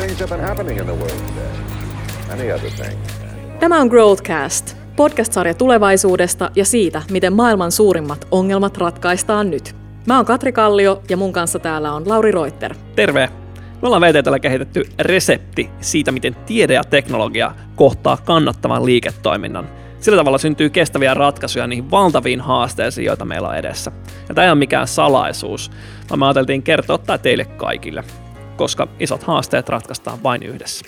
things have been happening in the world today. Many other things. Tämä on Growthcast, podcast-sarja tulevaisuudesta ja siitä, miten maailman suurimmat ongelmat ratkaistaan nyt. Mä oon Katri Kallio ja mun kanssa täällä on Lauri Reuter. Terve! Me ollaan VTT:llä kehitetty resepti siitä, miten tiede ja teknologia kohtaa kannattavan liiketoiminnan. Sillä tavalla syntyy kestäviä ratkaisuja niihin valtaviin haasteisiin, joita meillä on edessä. Ja tämä ei ole mikään salaisuus, vaan me ajateltiin kertoa tämä teille kaikille, koska isot haasteet ratkaistaan vain yhdessä.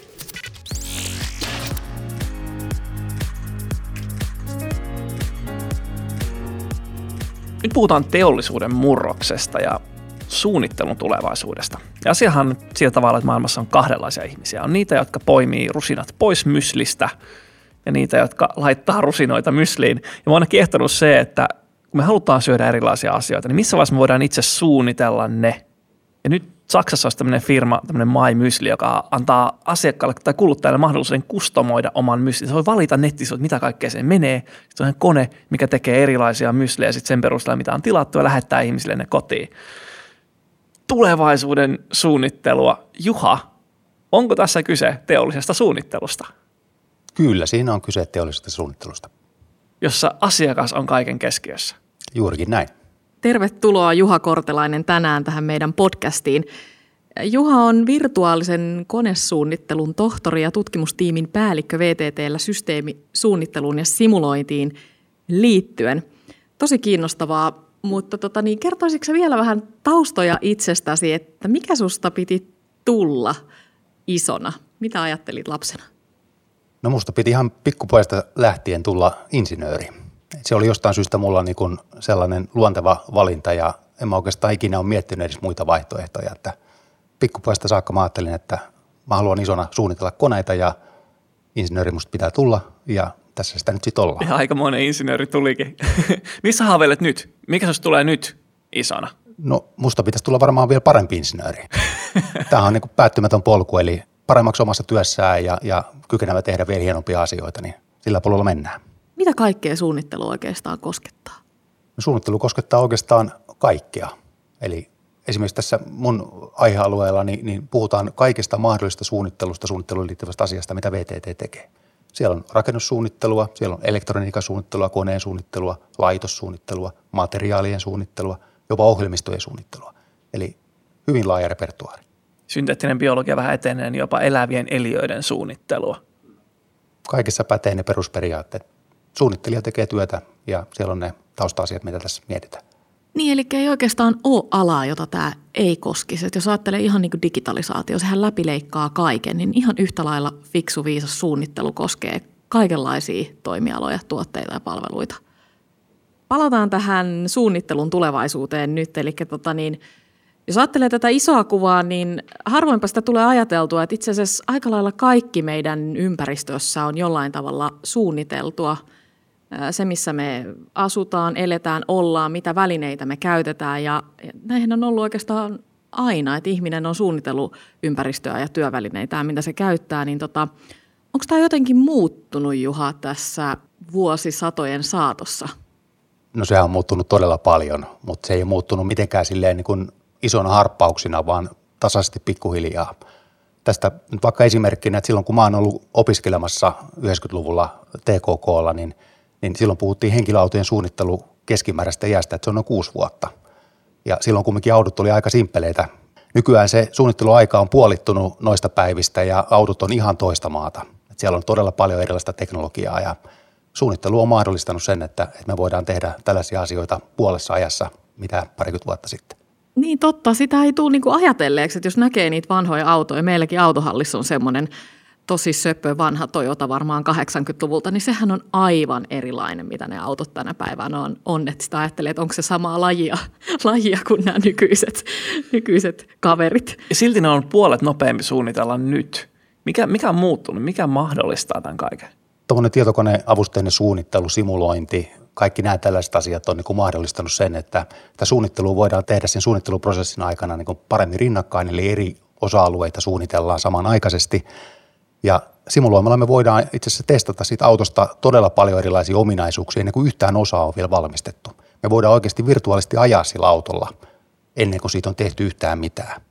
Nyt puhutaan teollisuuden murroksesta ja suunnittelun tulevaisuudesta. Ja asiahan on sillä tavalla, että maailmassa on kahdenlaisia ihmisiä. On niitä, jotka poimii rusinat pois myslistä ja niitä, jotka laittaa rusinoita mysliin. Ja mä oon aina kiehtonut se, että kun me halutaan syödä erilaisia asioita, niin missä vaiheessa me voidaan itse suunnitella ne. Ja nyt Saksassa olisi tämmöinen firma, tämmöinen My Mysli, joka antaa asiakkaalle tai kuluttajalle mahdollisuuden kustomoida oman mysliin. Se voi valita netissä, että mitä kaikkea se menee. Sitten on kone, mikä tekee erilaisia myslejä ja sitten sen perusteella, mitä on tilattu ja lähettää ihmisille ne kotiin. Tulevaisuuden suunnittelua. Juha, onko tässä kyse teollisesta suunnittelusta? Kyllä, siinä on kyse teollisesta suunnittelusta. Jossa asiakas on kaiken keskiössä. Juurikin näin. Tervetuloa Juha Kortelainen tänään tähän meidän podcastiin. Juha on virtuaalisen konesuunnittelun tohtori ja tutkimustiimin päällikkö VTT:llä systeemisuunnitteluun ja simulointiin liittyen. Tosi kiinnostavaa, mutta kertoisitko vielä vähän taustoja itsestäsi, että mikä susta piti tulla isona? Mitä ajattelit lapsena? No musta piti ihan pikkupojasta lähtien tulla insinööri. Se oli jostain syystä mulla niin kuin sellainen luonteva valinta ja en mä oikeastaan ikinä ole miettinyt edes muita vaihtoehtoja. Että pikkupojasta saakka mä ajattelin, että mä haluan isona suunnitella koneita ja insinööri musta pitää tulla ja tässä sitä nyt sitten ollaan. Ja aikamoinen insinööri tulikin. Missä haaveilet nyt? Mikä susta tulee nyt isona? No musta pitäisi tulla varmaan vielä parempi insinööri. Tämä on niin kuin päättymätön polku, eli paremmaksi omassa työssään ja kykenevä tehdä vielä hienompia asioita, niin sillä polulla mennään. Mitä kaikkea suunnittelu oikeastaan koskettaa? No, suunnittelu koskettaa oikeastaan kaikkea. Eli esimerkiksi tässä mun aihealueella niin puhutaan kaikesta mahdollisesta suunnittelusta, suunnitteluun liittyvästä asiasta, mitä VTT tekee. Siellä on rakennussuunnittelua, siellä on elektroniikan suunnittelua, koneen suunnittelua, laitossuunnittelua, materiaalien suunnittelua, jopa ohjelmistojen suunnittelua. Eli hyvin laaja repertuaari. Synteettinen biologia vähän etenee, niin jopa elävien eliöiden suunnittelua. Kaikessa pätee ne perusperiaatteet. Suunnittelija tekee työtä ja siellä on ne tausta-asiat, mitä tässä mietitään. Niin, eli ei oikeastaan ole alaa, jota tämä ei koskisi. Et jos ajattelee ihan niin kuin digitalisaatio, sehän läpileikkaa kaiken, niin ihan yhtä lailla fiksu viisas suunnittelu koskee kaikenlaisia toimialoja, tuotteita ja palveluita. Palataan tähän suunnittelun tulevaisuuteen nyt, eli jos ajattelee tätä isoa kuvaa, niin harvoinpa sitä tulee ajateltua, että itse asiassa aika lailla kaikki meidän ympäristössä on jollain tavalla suunniteltua. Se, missä me asutaan, eletään, ollaan, mitä välineitä me käytetään ja näinhän on ollut oikeastaan aina, että ihminen on suunnitellut ympäristöä ja työvälineitä, mitä se käyttää. Niin onko tämä jotenkin muuttunut, Juha, tässä vuosisatojen saatossa? No sehän on muuttunut todella paljon, mutta se ei ole muuttunut mitenkään silleen niin kuin isona harppauksina, vaan tasaisesti pikkuhiljaa. Tästä nyt vaikka esimerkkinä, että silloin kun mä oon ollut opiskelemassa 90-luvulla TKK:lla, niin silloin puhuttiin henkilöautojen suunnittelu keskimääräistä iästä, että se on noin 6 vuotta. Ja silloin kumminkin autot oli aika simppeleitä. Nykyään se suunnitteluaika on puolittunut noista päivistä ja autot on ihan toista maata. Että siellä on todella paljon erilaista teknologiaa ja suunnittelu on mahdollistanut sen, että me voidaan tehdä tällaisia asioita puolessa ajassa, mitä parikymmentä vuotta sitten. Niin totta, sitä ei tule niinku ajatelleeksi, että jos näkee niitä vanhoja autoja, meilläkin autohallissa on semmoinen tosi söpö vanha Toyota varmaan 80-luvulta, niin sehän on aivan erilainen, mitä ne autot tänä päivänä on. Että sitä ajattelee, että onko se samaa lajia kuin nämä nykyiset kaverit. Ja silti ne on puolet nopeampi suunnitella nyt. Mikä on muuttunut? Mikä mahdollistaa tämän kaiken? Tuommoinen tietokoneavusteinen suunnittelu, simulointi, kaikki nämä tällaiset asiat on niin kuin mahdollistanut sen, että tätä suunnittelua voidaan tehdä sen suunnitteluprosessin aikana niin kuin paremmin rinnakkain, eli eri osa-alueita suunnitellaan samanaikaisesti. Ja simuloimalla me voidaan itse asiassa testata siitä autosta todella paljon erilaisia ominaisuuksia, ennen kuin yhtään osaa on vielä valmistettu. Me voidaan oikeasti virtuaalisesti ajaa sillä autolla ennen kuin siitä on tehty yhtään mitään.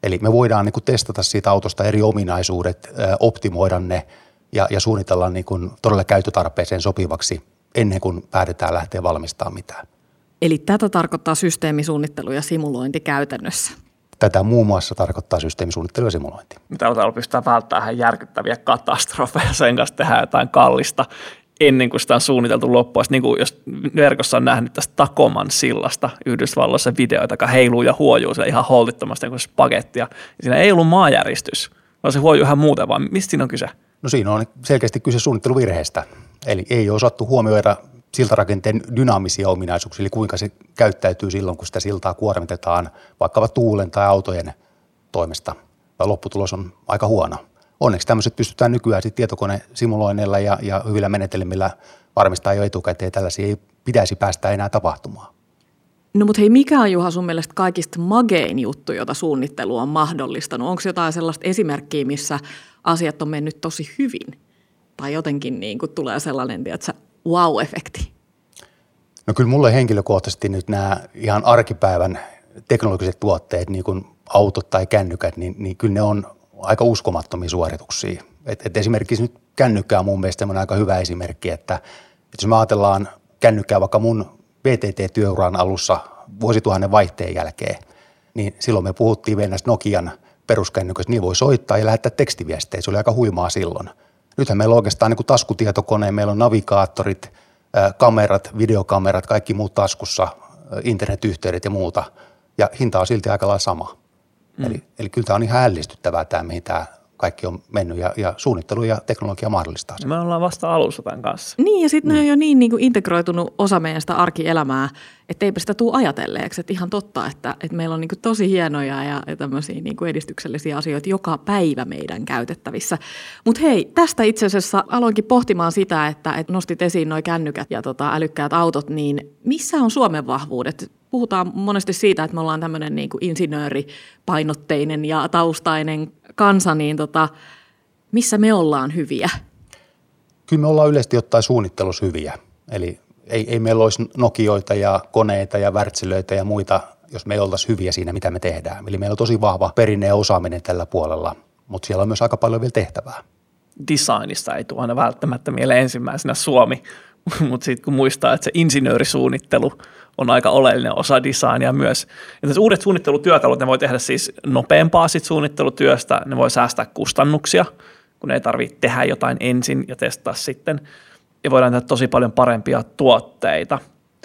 Eli me voidaan niin kuin testata siitä autosta eri ominaisuudet, optimoida ne ja suunnitella niin kuin todella käyttötarpeeseen sopivaksi ennen kuin päätetään lähteä valmistamaan mitään. Eli tätä tarkoittaa systeemisuunnittelu ja simulointi käytännössä. Tätä muun muassa tarkoittaa systeemisuunnittelu ja simulointi. Tällä pystytään välttämään järkyttäviä katastrofeja, sen kanssa tehdään jotain kallista ennen kuin sitä on suunniteltu loppuun. Niin kuin jos verkossa on nähnyt tästä Takoman sillasta Yhdysvalloissa videoita, joka heiluu ja huojuu siellä ihan holtittomasti kuin spagettia. Siinä ei ollut maanjäristys, vaan se huojuu ihan muuten, vaan mistä siinä on kyse? No siinä on selkeästi kyse suunnitteluvirheestä. Eli ei ole osattu huomioida siltarakenteen dynaamisia ominaisuuksia, eli kuinka se käyttäytyy silloin, kun sitä siltaa kuormitetaan vaikkapa tuulen tai autojen toimesta. Ja lopputulos on aika huono. Onneksi tämmöiset pystytään nykyään tietokonesimuloinneilla ja hyvillä menetelmillä varmistaa jo etukäteen. Tällaisia ei pitäisi päästä enää tapahtumaan. No mutta hei, mikä on Juha sun mielestä kaikista magein juttu, jota suunnittelu on mahdollistanut? Onko jotain sellaista esimerkkiä, missä asiat on mennyt tosi hyvin? Tai jotenkin niin kuin tulee sellainen, tiedätkö, wow-efekti? No kyllä mulle henkilökohtaisesti nyt nämä ihan arkipäivän teknologiset tuotteet, niin kuin autot tai kännykät, niin kyllä ne on aika uskomattomia suorituksia. Et esimerkiksi nyt kännykkä on mun mielestä aika hyvä esimerkki, että jos me ajatellaan kännykkää vaikka mun VTT-työuran alussa vuosituhannen vaihteen jälkeen, niin silloin me puhuttiin vielä näistä Nokian peruskännyköistä, niin voi soittaa ja lähettää tekstiviestejä, se oli aika huimaa silloin. Nythän meillä on oikeastaan niin kuin taskutietokone, meillä on navigaattorit, kamerat, videokamerat, kaikki muut taskussa, internetyhteydet ja muuta, ja hinta on silti aika lailla sama. Eli kyllä tämä on ihan ällistyttävää tämä, mihin tämä kaikki on mennyt ja suunnittelu ja teknologia mahdollistaa sen. Me ollaan vasta alussa tämän kanssa. Niin ja sitten ne on jo niin kuin integroitunut osa meidän sitä arkielämää, että eipä sitä tule ajatelleeksi. Että ihan totta, että meillä on niin kuin tosi hienoja ja tämmöisiä niin kuin edistyksellisiä asioita joka päivä meidän käytettävissä. Mutta hei, tästä itse asiassa aloinkin pohtimaan sitä, että nostit esiin nuo kännykät ja älykkäät autot, niin missä on Suomen vahvuudet? Puhutaan monesti siitä, että me ollaan tämmöinen niin kuin insinööripainotteinen ja taustainen kansa, niin missä me ollaan hyviä? Kyllä me ollaan yleisesti ottaen suunnittelussa hyviä. Eli ei meillä olisi Nokioita ja koneita ja wärtsilöitä ja muita, jos me ei oltaisi hyviä siinä, mitä me tehdään. Eli meillä on tosi vahva perinne ja osaaminen tällä puolella, mutta siellä on myös aika paljon vielä tehtävää. Designista ei tule aina välttämättä mieleen ensimmäisenä Suomi, mutta sitten kun muistaa, että se insinöörisuunnittelu on aika oleellinen osa designia myös. Ja uudet suunnittelutyökalut, ne voi tehdä siis nopeampaa sit suunnittelutyöstä, ne voi säästää kustannuksia, kun ei tarvitse tehdä jotain ensin ja testaa sitten. Ja voidaan tehdä tosi paljon parempia tuotteita.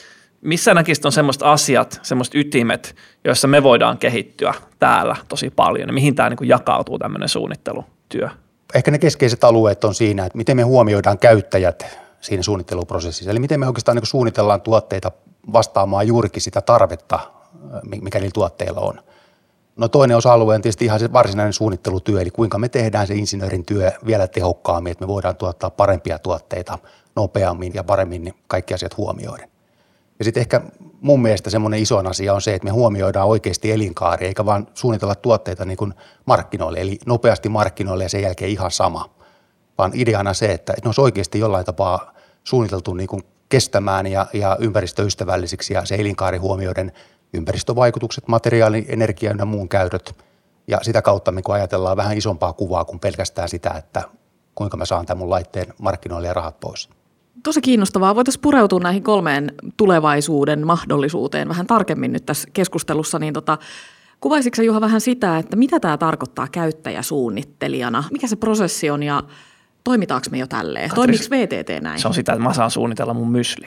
Missä näkisit on semmoiset asiat, semmoiset ytimet, joissa me voidaan kehittyä täällä tosi paljon ja mihin tämä niin kuin jakautuu tämmöinen suunnittelutyö? Ehkä ne keskeiset alueet on siinä, että miten me huomioidaan käyttäjät siinä suunnitteluprosessissa. Eli miten me oikeastaan niin kuin suunnitellaan tuotteita vastaamaan juurikin sitä tarvetta, mikä niillä tuotteilla on. No toinen osa-alue on tietysti ihan se varsinainen suunnittelutyö, eli kuinka me tehdään se insinöörin työ vielä tehokkaammin, että me voidaan tuottaa parempia tuotteita nopeammin ja paremmin kaikki asiat huomioiden. Ja sitten ehkä mun mielestä semmoinen iso asia on se, että me huomioidaan oikeasti elinkaari, eikä vaan suunnitella tuotteita niin kuin markkinoille, eli nopeasti markkinoille ja sen jälkeen ihan sama. Vaan ideana se, että ne olisi oikeasti jollain tapaa suunniteltu niin kuin kestämään ja ympäristöystävällisiksi ja se elinkaari huomioiden ympäristövaikutukset, materiaali, energia ja muun käytöt. Ja sitä kautta me ajatellaan vähän isompaa kuvaa kuin pelkästään sitä, että kuinka mä saan tämän mun laitteen markkinoille ja rahat pois. Tosi kiinnostavaa. Voitaisiin pureutua näihin 3 tulevaisuuden mahdollisuuteen vähän tarkemmin nyt tässä keskustelussa. Niin kuvaisitko sä, Juha, vähän sitä, että mitä tämä tarkoittaa käyttäjäsuunnittelijana? Mikä se prosessi on ja toimitaanko me jo tälleen? Toimiiko VTT näin? Se on sitä, että mä saan suunnitella mun myslin.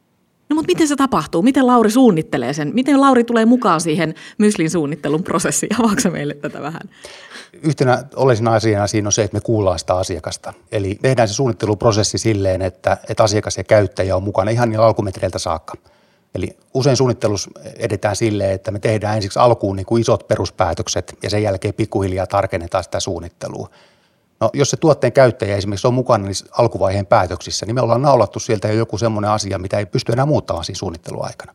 No mutta miten se tapahtuu? Miten Lauri suunnittelee sen? Miten Lauri tulee mukaan siihen myslin suunnittelun prosessiin? Avaatko sä meille tätä vähän? Yhtenä oleellisena asiana siinä on se, että me kuullaan sitä asiakasta. Eli tehdään se suunnitteluprosessi silleen, että asiakas ja käyttäjä on mukana ihan niillä alkumetreiltä saakka. Eli usein suunnittelussa edetään silleen, että me tehdään ensiksi alkuun niin kuin isot peruspäätökset ja sen jälkeen pikkuhiljaa tarkennetaan sitä suunnittelua. No, jos se tuotteen käyttäjä esimerkiksi on mukana niissä alkuvaiheen päätöksissä, niin me ollaan naulattu sieltä jo joku semmoinen asia, mitä ei pysty enää muuttamaan siinä suunnitteluaikana.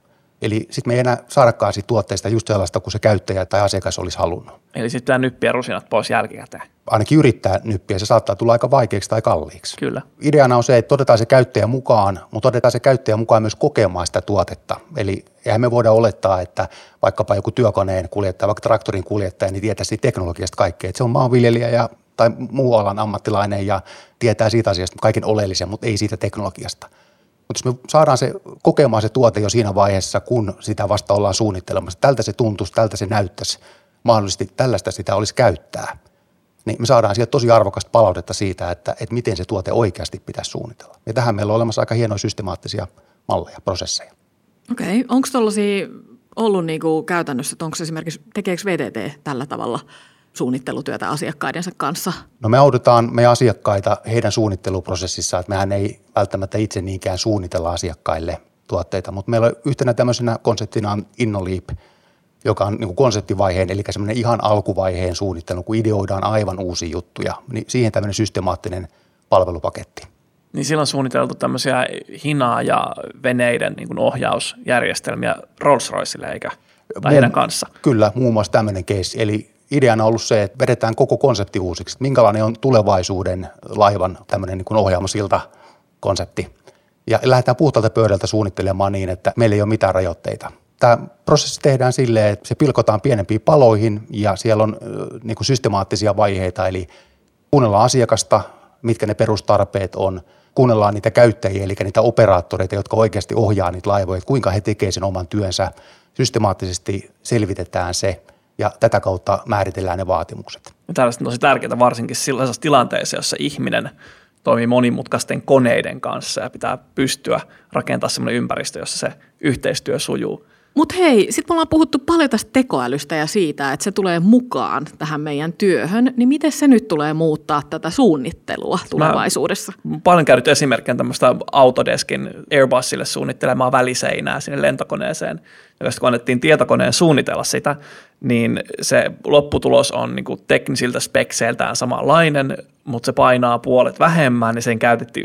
Eli sitten me ei enää saadakaan siitä tuotteesta just sellaista, kun se käyttäjä tai asiakas olisi halunnut. Eli sitten pitää nyppiä rusinat pois jälkikäteen. Ainakin yrittää nyppiä, se saattaa tulla aika vaikeaksi tai kalliiksi. Kyllä. Ideana on se, että otetaan se käyttäjä mukaan, mutta otetaan se käyttäjä mukaan myös kokemaan sitä tuotetta. Eli eihän me voida olettaa, että vaikkapa joku työkoneen kuljettaja, vaikka traktorin kuljettaja, niin tietää siitä teknologiasta kaikkea. Että se on maanviljelijä tai muu alan ammattilainen ja tietää siitä asiasta kaiken oleellisen, mutta ei siitä teknologiasta. Mutta jos me saadaan se kokemaan se tuote jo siinä vaiheessa, kun sitä vasta ollaan suunnittelemassa, tältä se tuntuisi, tältä se näyttäisi, mahdollisesti tällaista sitä olisi käyttää, niin me saadaan sieltä tosi arvokasta palautetta siitä, että miten se tuote oikeasti pitäisi suunnitella. Ja tähän meillä on olemassa aika hienoja systemaattisia malleja, prosesseja. Okei. Onko tuollaisia ollut niinku käytännössä, että onko esimerkiksi, tekeekö VTT tällä tavalla suunnittelutyötä asiakkaidensa kanssa? No me autetaan meidän asiakkaita heidän suunnitteluprosessissaan, että mehän ei välttämättä itse niinkään suunnitella asiakkaille tuotteita, mutta meillä on yhtenä tämmöisenä konseptina on InnoLeap, joka on niin konseptivaiheen, eli semmoinen ihan alkuvaiheen suunnittelu, kun ideoidaan aivan uusia juttuja, niin siihen tämmöinen systemaattinen palvelupaketti. Niin silloin on suunniteltu tämmöisiä hinaa ja veneiden niin kuin ohjausjärjestelmiä Rolls-Roycelle, eikä? Tai heidän kanssa. Kyllä, muun muassa tämmöinen case. Eli ideana on ollut se, että vedetään koko konsepti uusiksi. Minkälainen on tulevaisuuden laivan tämmöinen niin kuin ohjaamosilta-konsepti. Ja lähdetään puhtaalta pöydältä suunnittelemaan niin, että meillä ei ole mitään rajoitteita. Tämä prosessi tehdään silleen, että se pilkotaan pienempiin paloihin ja siellä on niin kuin systemaattisia vaiheita. Eli kuunnellaan asiakasta, mitkä ne perustarpeet on. Kuunnellaan niitä käyttäjiä, eli niitä operaattoreita, jotka oikeasti ohjaa niitä laivoja, että kuinka he tekevät sen oman työnsä. Systemaattisesti selvitetään se ja tätä kautta määritellään ne vaatimukset. Ja tällaista on tosi tärkeää varsinkin sellaisessa tilanteessa, jossa ihminen toimii monimutkaisten koneiden kanssa ja pitää pystyä rakentamaan sellainen ympäristö, jossa se yhteistyö sujuu. Mutta hei, sitten me ollaan puhuttu paljon tästä tekoälystä ja siitä, että se tulee mukaan tähän meidän työhön, niin miten se nyt tulee muuttaa tätä suunnittelua tulevaisuudessa? Mä paljon käynyt esimerkkinä tämmöistä Autodeskin Airbusille suunnittelemaan väliseinää sinne lentokoneeseen. Ja kun annettiin tietokoneen suunnitella sitä, niin se lopputulos on niin kuin teknisiltä spekseiltään samanlainen, mutta se painaa puolet vähemmän, niin sen käytettiin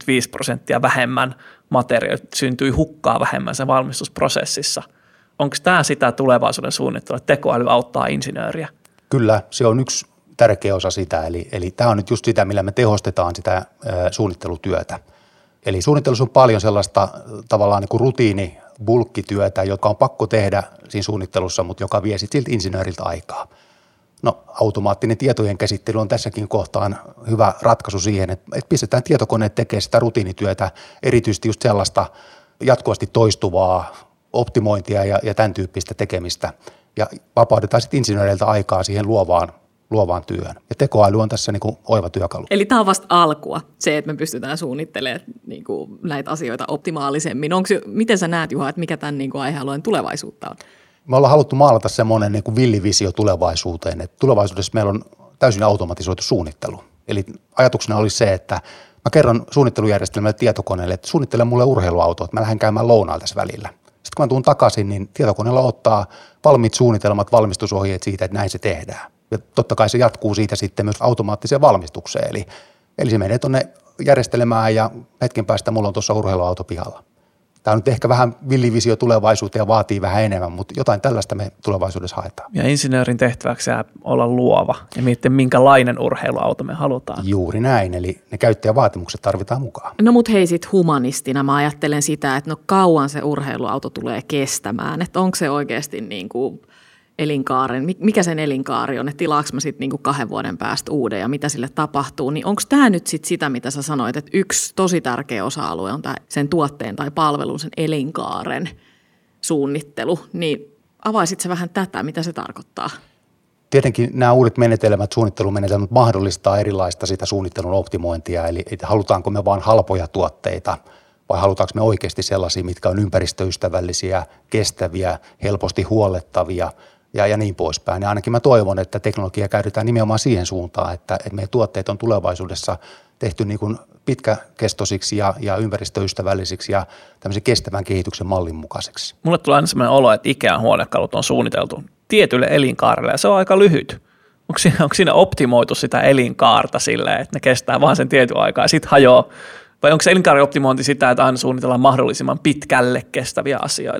95% vähemmän materiaalia, syntyi hukkaa vähemmän sen valmistusprosessissa. Onko tämä sitä tulevaisuuden suunnittelua, että tekoäly auttaa insinööriä? Kyllä, se on yksi tärkeä osa sitä, eli tämä on nyt just sitä, millä me tehostetaan sitä suunnittelutyötä. Eli suunnittelussa on paljon sellaista tavallaan niin kuin rutiinibulkkityötä, joka on pakko tehdä siinä suunnittelussa, mutta joka vie sitten siltä insinööriltä aikaa. No, automaattinen tietojen käsittely on tässäkin kohtaan hyvä ratkaisu siihen, että pistetään tietokoneet tekemään sitä rutiinityötä, erityisesti just sellaista jatkuvasti toistuvaa optimointia ja tämän tyyppistä tekemistä. Ja vapautetaan sitten insinööreiltä aikaa siihen luovaan työhön. Ja tekoäly on tässä niin kuin oiva työkalu. Eli tämä on vasta alkua, se, että me pystytään suunnittelemaan niin kuin näitä asioita optimaalisemmin. Miten sä näet, Juha, että mikä tämän niin kuin aihealueen tulevaisuutta on? Me ollaan haluttu maalata semmoinen niin kuin villivisio tulevaisuuteen, että tulevaisuudessa meillä on täysin automatisoitu suunnittelu. Eli ajatuksena oli se, että mä kerron suunnittelujärjestelmälle tietokoneelle, että suunnittele mulle urheiluauto, että mä lähden käymään lounaalla tässä välillä. Sitten kun mä tuun takaisin, niin tietokoneella ottaa valmiit suunnitelmat, valmistusohjeet siitä, että näin se tehdään. Ja totta kai se jatkuu siitä sitten myös automaattiseen valmistukseen. Eli se menee tuonne järjestelemään ja hetken päästä mulla on tuossa urheiluauto pihalla. Tämä on nyt ehkä vähän villivisio tulevaisuuteen ja vaatii vähän enemmän, mutta jotain tällaista me tulevaisuudessa haetaan. Ja insinöörin tehtäväksi jää olla luova ja miettiä, minkälainen urheiluauto me halutaan. Juuri näin, eli ne käyttäjävaatimukset tarvitaan mukaan. No mut hei sit humanistina mä ajattelen sitä, että no kauan se urheiluauto tulee kestämään, että onko se oikeasti niin kuin elinkaaren, mikä sen elinkaari on, että tilaanko mä sitten niinku 2 vuoden päästä uuden ja mitä sille tapahtuu, niin onko tämä nyt sitten sitä, mitä sä sanoit, että yksi tosi tärkeä osa-alue on sen tuotteen tai palvelun, sen elinkaaren suunnittelu, niin avaisit sä vähän tätä, mitä se tarkoittaa? Tietenkin nämä uudet menetelmät, suunnittelumenetelmät mahdollistaa erilaista sitä suunnittelun optimointia, eli halutaanko me vaan halpoja tuotteita vai halutaanko me oikeasti sellaisia, mitkä on ympäristöystävällisiä, kestäviä, helposti huollettavia ja niin poispäin. Ja ainakin mä toivon, että teknologia käytetään nimenomaan siihen suuntaan, että meidän tuotteet on tulevaisuudessa tehty niin kuin pitkäkestoisiksi ja ympäristöystävällisiksi ja tämmöisen kestävän kehityksen mallin mukaiseksi. Mulle tulee aina sellainen olo, että Ikean huonekalut on suunniteltu tietylle elinkaarelle ja se on aika lyhyt. Onko siinä optimoitu sitä elinkaarta silleen, että ne kestää vaan sen tietyn aikaa ja sitten hajoaa? Vai onko se elinkaarioptimointi sitä, että aina suunnitellaan mahdollisimman pitkälle kestäviä asioita?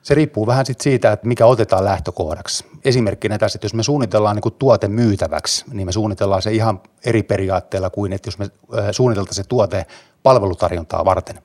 Se riippuu vähän siitä, että mikä otetaan lähtökohdaksi. Esimerkkinä tässä, että jos me suunnitellaan niin kuin tuote myytäväksi, niin me suunnitellaan se ihan eri periaatteella kuin, että jos me suunniteltaan se tuote palvelutarjontaa varten.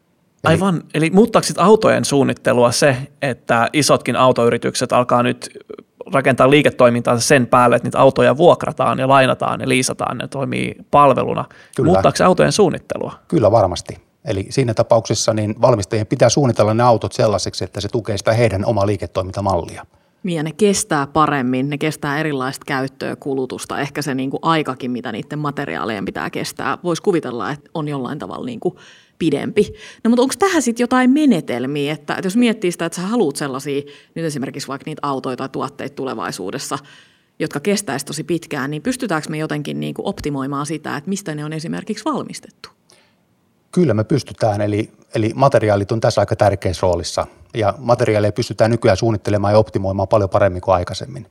Aivan, eli muuttaako sitten autojen suunnittelua se, että isotkin autoyritykset alkaa nyt rakentaa liiketoimintaansa sen päälle, että niitä autoja vuokrataan ja lainataan ja liisataan, ne toimii palveluna. Kyllä. Muuttaako se autojen suunnittelua? Kyllä varmasti. Eli siinä tapauksessa niin valmistajien pitää suunnitella ne autot sellaiseksi, että se tukee sitä heidän omaa liiketoimintamallia. Ja ne kestää paremmin, ne kestää erilaista käyttöä, kulutusta, ehkä se niin kuin aikakin, mitä niiden materiaalien pitää kestää. Voisi kuvitella, että on jollain tavalla niin kuin pidempi. No mutta onko tähän sitten jotain menetelmiä, että jos miettii sitä, että sä haluat sellaisia, nyt esimerkiksi vaikka niitä autoja tai tuotteita tulevaisuudessa, jotka kestäisi tosi pitkään, niin pystytäänkö me jotenkin niin kuin optimoimaan sitä, että mistä ne on esimerkiksi valmistettu? Kyllä me pystytään, eli materiaalit on tässä aika tärkeässä roolissa ja materiaaleja pystytään nykyään suunnittelemaan ja optimoimaan paljon paremmin kuin aikaisemmin.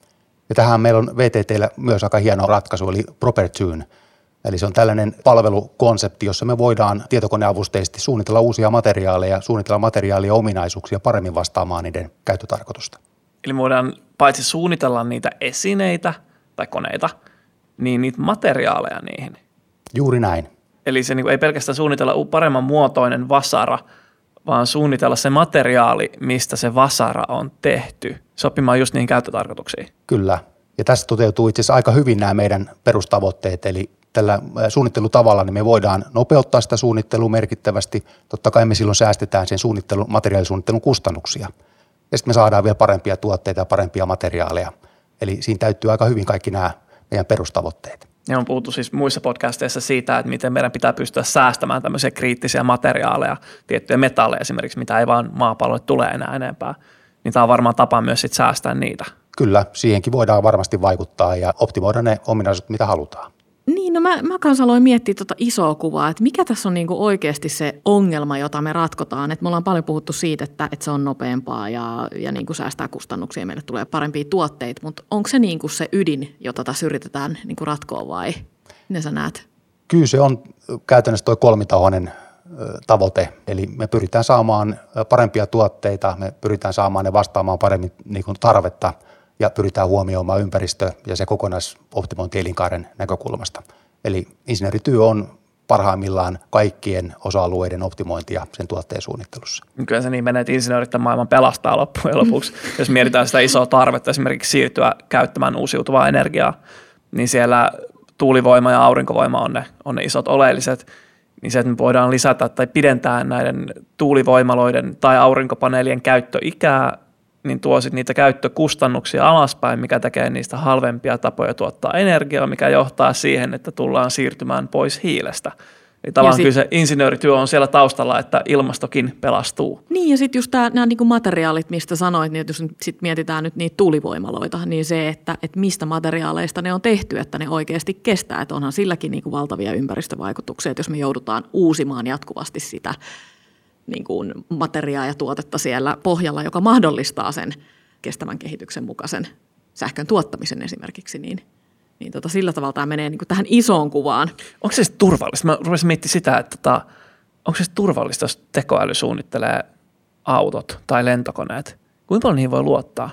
Ja tähän meillä on VTT:llä myös aika hieno ratkaisu, eli Proper Tune. Eli se on tällainen palvelukonsepti, jossa me voidaan tietokoneavusteisesti suunnitella uusia materiaaleja, suunnitella materiaalien ominaisuuksia paremmin vastaamaan niiden käyttötarkoitusta. Eli me voidaan paitsi suunnitella niitä esineitä tai koneita, niin niitä materiaaleja niihin. Juuri näin. Eli se ei pelkästään suunnitella paremman muotoinen vasara, vaan suunnitella se materiaali, mistä se vasara on tehty, sopimaan just niihin käyttötarkoituksiin. Kyllä. Ja tässä toteutuu itse asiassa aika hyvin nämä meidän perustavoitteet. Eli tällä suunnittelutavalla niin me voidaan nopeuttaa sitä suunnittelua merkittävästi. Totta kai me silloin säästetään sen materiaalisuunnittelun kustannuksia. Ja sitten me saadaan vielä parempia tuotteita ja parempia materiaaleja. Eli siinä täyttyy aika hyvin kaikki nämä meidän perustavoitteet. Ja on puhuttu siis muissa podcasteissa siitä, että miten meidän pitää pystyä säästämään tämmöisiä kriittisiä materiaaleja, tiettyjä metalleja esimerkiksi, mitä ei vaan maapallolle tule enää enempää. Niin tämä on varmaan tapa myös sit säästää niitä. Kyllä, siihenkin voidaan varmasti vaikuttaa ja optimoida ne ominaisuudet, mitä halutaan. Niin, no mä kanssa aloin miettiä tuota isoa kuvaa, että mikä tässä on niinku oikeasti se ongelma, jota me ratkotaan. Et me ollaan paljon puhuttu siitä, että se on nopeampaa ja niinku säästää kustannuksia ja meille tulee parempia tuotteita, mutta onko se niinku se ydin, jota tässä yritetään niinku ratkoa vai miten sä näet? Kyllä se on käytännössä tuo kolmitahoinen tavoite, eli me pyritään saamaan parempia tuotteita, me pyritään saamaan ne vastaamaan paremmin niinku tarvetta ja pyritään huomioimaan ympäristö ja se kokonaisoptimointi elinkaaren näkökulmasta. Eli insinöörityö on parhaimmillaan kaikkien osa-alueiden optimointia sen tuotteen suunnittelussa. Kyllä se niin menee, että insinöörit maailman pelastaa loppujen lopuksi. Jos mietitään sitä isoa tarvetta esimerkiksi siirtyä käyttämään uusiutuvaa energiaa, niin siellä tuulivoima ja aurinkovoima on ne isot oleelliset. Niin se, että me voidaan lisätä tai pidentää näiden tuulivoimaloiden tai aurinkopaneelien käyttöikää, niin tuo sitten niitä käyttökustannuksia alaspäin, mikä tekee niistä halvempia tapoja tuottaa energiaa, mikä johtaa siihen, että tullaan siirtymään pois hiilestä. Eli tavallaan kyllä se insinöörityö on siellä taustalla, että ilmastokin pelastuu. Niin ja sitten just nämä niinku materiaalit, mistä sanoit, niin jos sitten mietitään nyt niitä tuulivoimaloita, niin se, että mistä materiaaleista ne on tehty, että ne oikeasti kestää. Että onhan silläkin niinku valtavia ympäristövaikutuksia, että jos me joudutaan uusimaan jatkuvasti sitä niin kuin materiaa ja tuotetta siellä pohjalla, joka mahdollistaa sen kestävän kehityksen mukaisen sähkön tuottamisen esimerkiksi, niin sillä tavalla tämä menee niin kuin tähän isoon kuvaan. Onko se turvallista? Mä rupesin miettimään sitä, että onko se turvallista, jos tekoäly suunnittelee autot tai lentokoneet? Kuinka paljon niihin voi luottaa?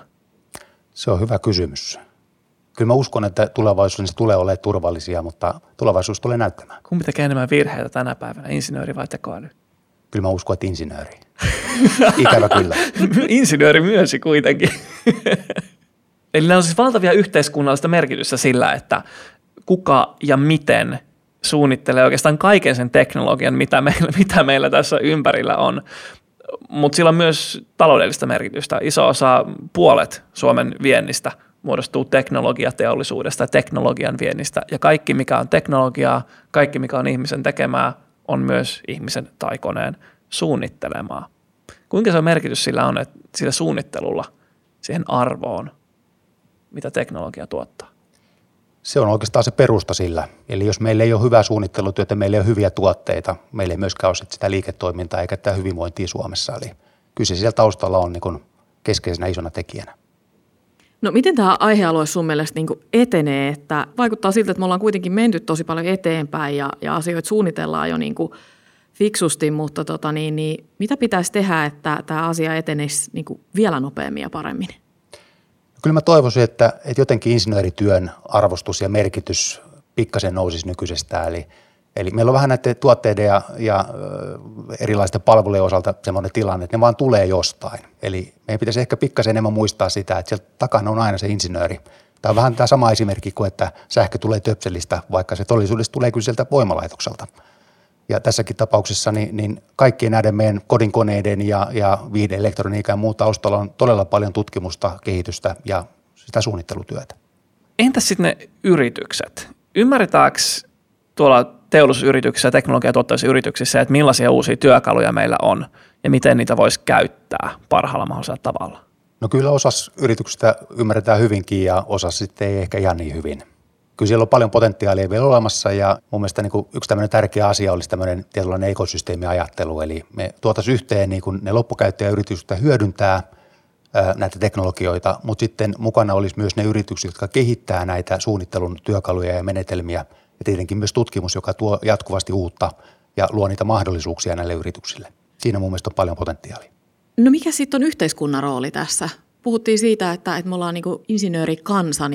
Se on hyvä kysymys. Kyllä mä uskon, että tulevaisuudessa se tulee olemaan turvallisia, mutta tulevaisuus tulee näyttämään. Kumpi tekee enemmän virheitä tänä päivänä, insinööri vai tekoäly? Kyllä mä uskon, että insinööri. Ikävä kyllä. Insinööri myönsi kuitenkin. Eli nämä on siis valtavia yhteiskunnallista merkitystä sillä, että kuka ja miten suunnittelee oikeastaan kaiken sen teknologian, mitä meillä tässä ympärillä on. Mutta sillä on myös taloudellista merkitystä. Iso osa, puolet Suomen viennistä muodostuu teknologiateollisuudesta ja teknologian viennistä. Ja kaikki, mikä on teknologiaa, kaikki, mikä on ihmisen tekemää, on myös ihmisen tai koneen suunnittelemaa. Kuinka se merkitys sillä on, että sillä suunnittelulla siihen arvoon, mitä teknologia tuottaa? Se on oikeastaan se perusta sillä. Eli jos meillä ei ole hyvää suunnittelutyötä, meillä ei ole hyviä tuotteita, meillä ei myöskään ole sitä liiketoimintaa eikä tätä hyvinvointia Suomessa. Eli kyllä se siellä taustalla on niin kuin keskeisenä isona tekijänä. No miten tämä aihealue sun mielestä niin kuin etenee? Että vaikuttaa siltä, että me ollaan kuitenkin menty tosi paljon eteenpäin ja asioita suunnitellaan jo niin kuin fiksusti, mutta mitä pitäisi tehdä, että tämä asia etenisi niin kuin vielä nopeammin ja paremmin? Kyllä mä toivoisin, että jotenkin insinöörityön arvostus ja merkitys pikkasen nousisi nykyisestä. Eli meillä on vähän näiden tuotteiden ja erilaisten palvelujen osalta semmoinen tilanne, että ne vaan tulee jostain. Eli meidän pitäisi ehkä pikkasen enemmän muistaa sitä, että sieltä takana on aina se insinööri. Tämä on vähän tämä sama esimerkki kuin, että sähkö tulee töpselistä, vaikka se todellisuudessa tulee kyllä sieltä voimalaitokselta. Ja tässäkin tapauksessa niin kaikkien näiden meidän kodinkoneiden ja viihdeelektroniikan ja muuta taustalla on todella paljon tutkimusta, kehitystä ja sitä suunnittelutyötä. Entäs sitten ne yritykset? Ymmärretäänkö tuolla teollisuusyrityksissä ja teknologiatuotteissa yrityksissä, että millaisia uusia työkaluja meillä on ja miten niitä voisi käyttää parhaalla mahdollisella tavalla? No kyllä osassa yrityksistä ymmärretään hyvinkin ja osassa sitten ei ehkä ihan niin hyvin. Kyllä siellä on paljon potentiaalia vielä olemassa ja mun mielestä niin kuin yksi tämmöinen tärkeä asia olisi tämmöinen tietynlainen ekosysteemiajattelu. Eli me tuotaisiin yhteen niin kuin ne loppukäyttäjäyritykset hyödyntää näitä teknologioita, mutta sitten mukana olisi myös ne yritykset, jotka kehittää näitä suunnittelun työkaluja ja menetelmiä ja tietenkin myös tutkimus, joka tuo jatkuvasti uutta ja luo niitä mahdollisuuksia näille yrityksille. Siinä mun mielestä on paljon potentiaalia. No mikä sitten on yhteiskunnan rooli tässä? Puhuttiin siitä, että me ollaan niin kuin insinöörikansa,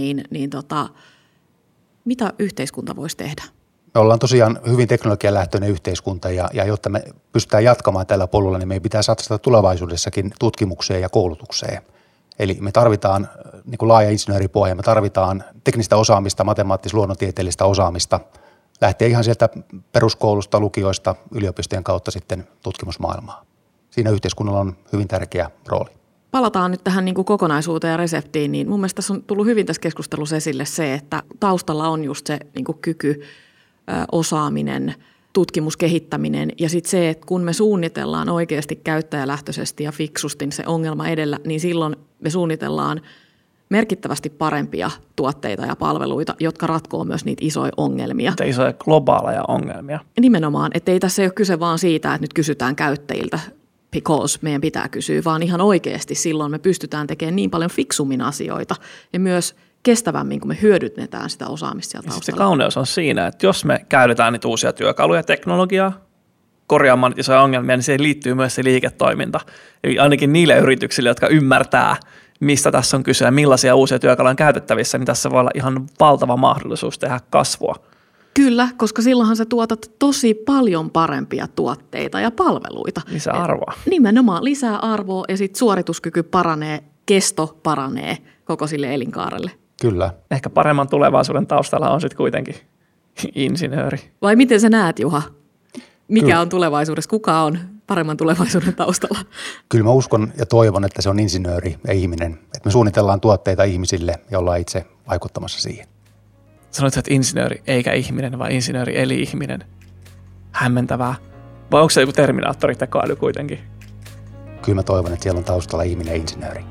mitä yhteiskunta voisi tehdä? Me ollaan tosiaan hyvin teknologialähtöinen yhteiskunta ja jotta me pystytään jatkamaan tällä polulla, niin meidän pitää satsata tulevaisuudessakin tutkimukseen ja koulutukseen. Eli me tarvitaan niin kuin laaja insinööripohja, me tarvitaan teknistä osaamista, matemaattis-luonnontieteellistä osaamista, lähtee ihan sieltä peruskoulusta, lukioista, yliopistojen kautta sitten tutkimusmaailmaan. Siinä yhteiskunnalla on hyvin tärkeä rooli. Palataan nyt tähän niin kuin kokonaisuuteen ja reseptiin, niin mun mielestä tässä on tullut hyvin tässä keskustelussa esille se, että taustalla on just se niin kuin kyky, osaaminen, tutkimus, kehittäminen ja sitten se, että kun me suunnitellaan oikeasti käyttäjälähtöisesti ja fiksusti se ongelma edellä, niin silloin me suunnitellaan merkittävästi parempia tuotteita ja palveluita, jotka ratkoo myös niitä isoja ongelmia. Niitä isoja globaaleja ongelmia. Nimenomaan, että ei tässä ole kyse vaan siitä, että nyt kysytään käyttäjiltä, because meidän pitää kysyä, vaan ihan oikeasti silloin me pystytään tekemään niin paljon fiksummin asioita ja myös kestävämmin, kun me hyödynnetään sitä osaamista sieltä taustalla. Se kauneus on siinä, että jos me käytetään niitä uusia työkaluja ja teknologiaa korjaamaan niitä isoja ongelmia, niin siihen liittyy myös se liiketoiminta. Eli ainakin niille yrityksille, jotka ymmärtää, mistä tässä on kyse ja millaisia uusia työkaluja on käytettävissä, niin tässä voi olla ihan valtava mahdollisuus tehdä kasvua. Kyllä, koska silloinhan sä tuotat tosi paljon parempia tuotteita ja palveluita. Lisää arvoa. Nimenomaan lisää arvoa ja sitten suorituskyky paranee, kesto paranee koko sille elinkaarelle. Kyllä. Ehkä paremman tulevaisuuden taustalla on sitten kuitenkin insinööri. Vai miten sä näet, Juha? Mikä on tulevaisuudessa? Kuka on paremman tulevaisuuden taustalla? Kyllä mä uskon ja toivon, että se on insinööri ja ihminen. Että me suunnitellaan tuotteita ihmisille ja ollaan itse vaikuttamassa siihen. Sanoit, että insinööri eikä ihminen, vaan insinööri eli ihminen. Hämmentävää. Vai onko se joku Terminaattori-tekoäly kuitenkin? Kyllä mä toivon, että siellä on taustalla ihminen ja insinööri.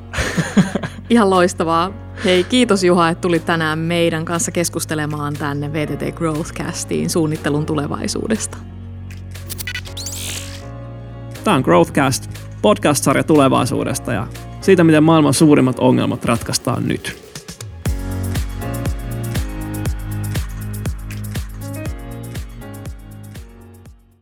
Ihan loistavaa. Hei, kiitos Juha, että tulit tänään meidän kanssa keskustelemaan tänne VTT Growthcastiin suunnittelun tulevaisuudesta. Tämä on Growthcast, podcast-sarja tulevaisuudesta ja siitä, miten maailman suurimmat ongelmat ratkaistaan nyt.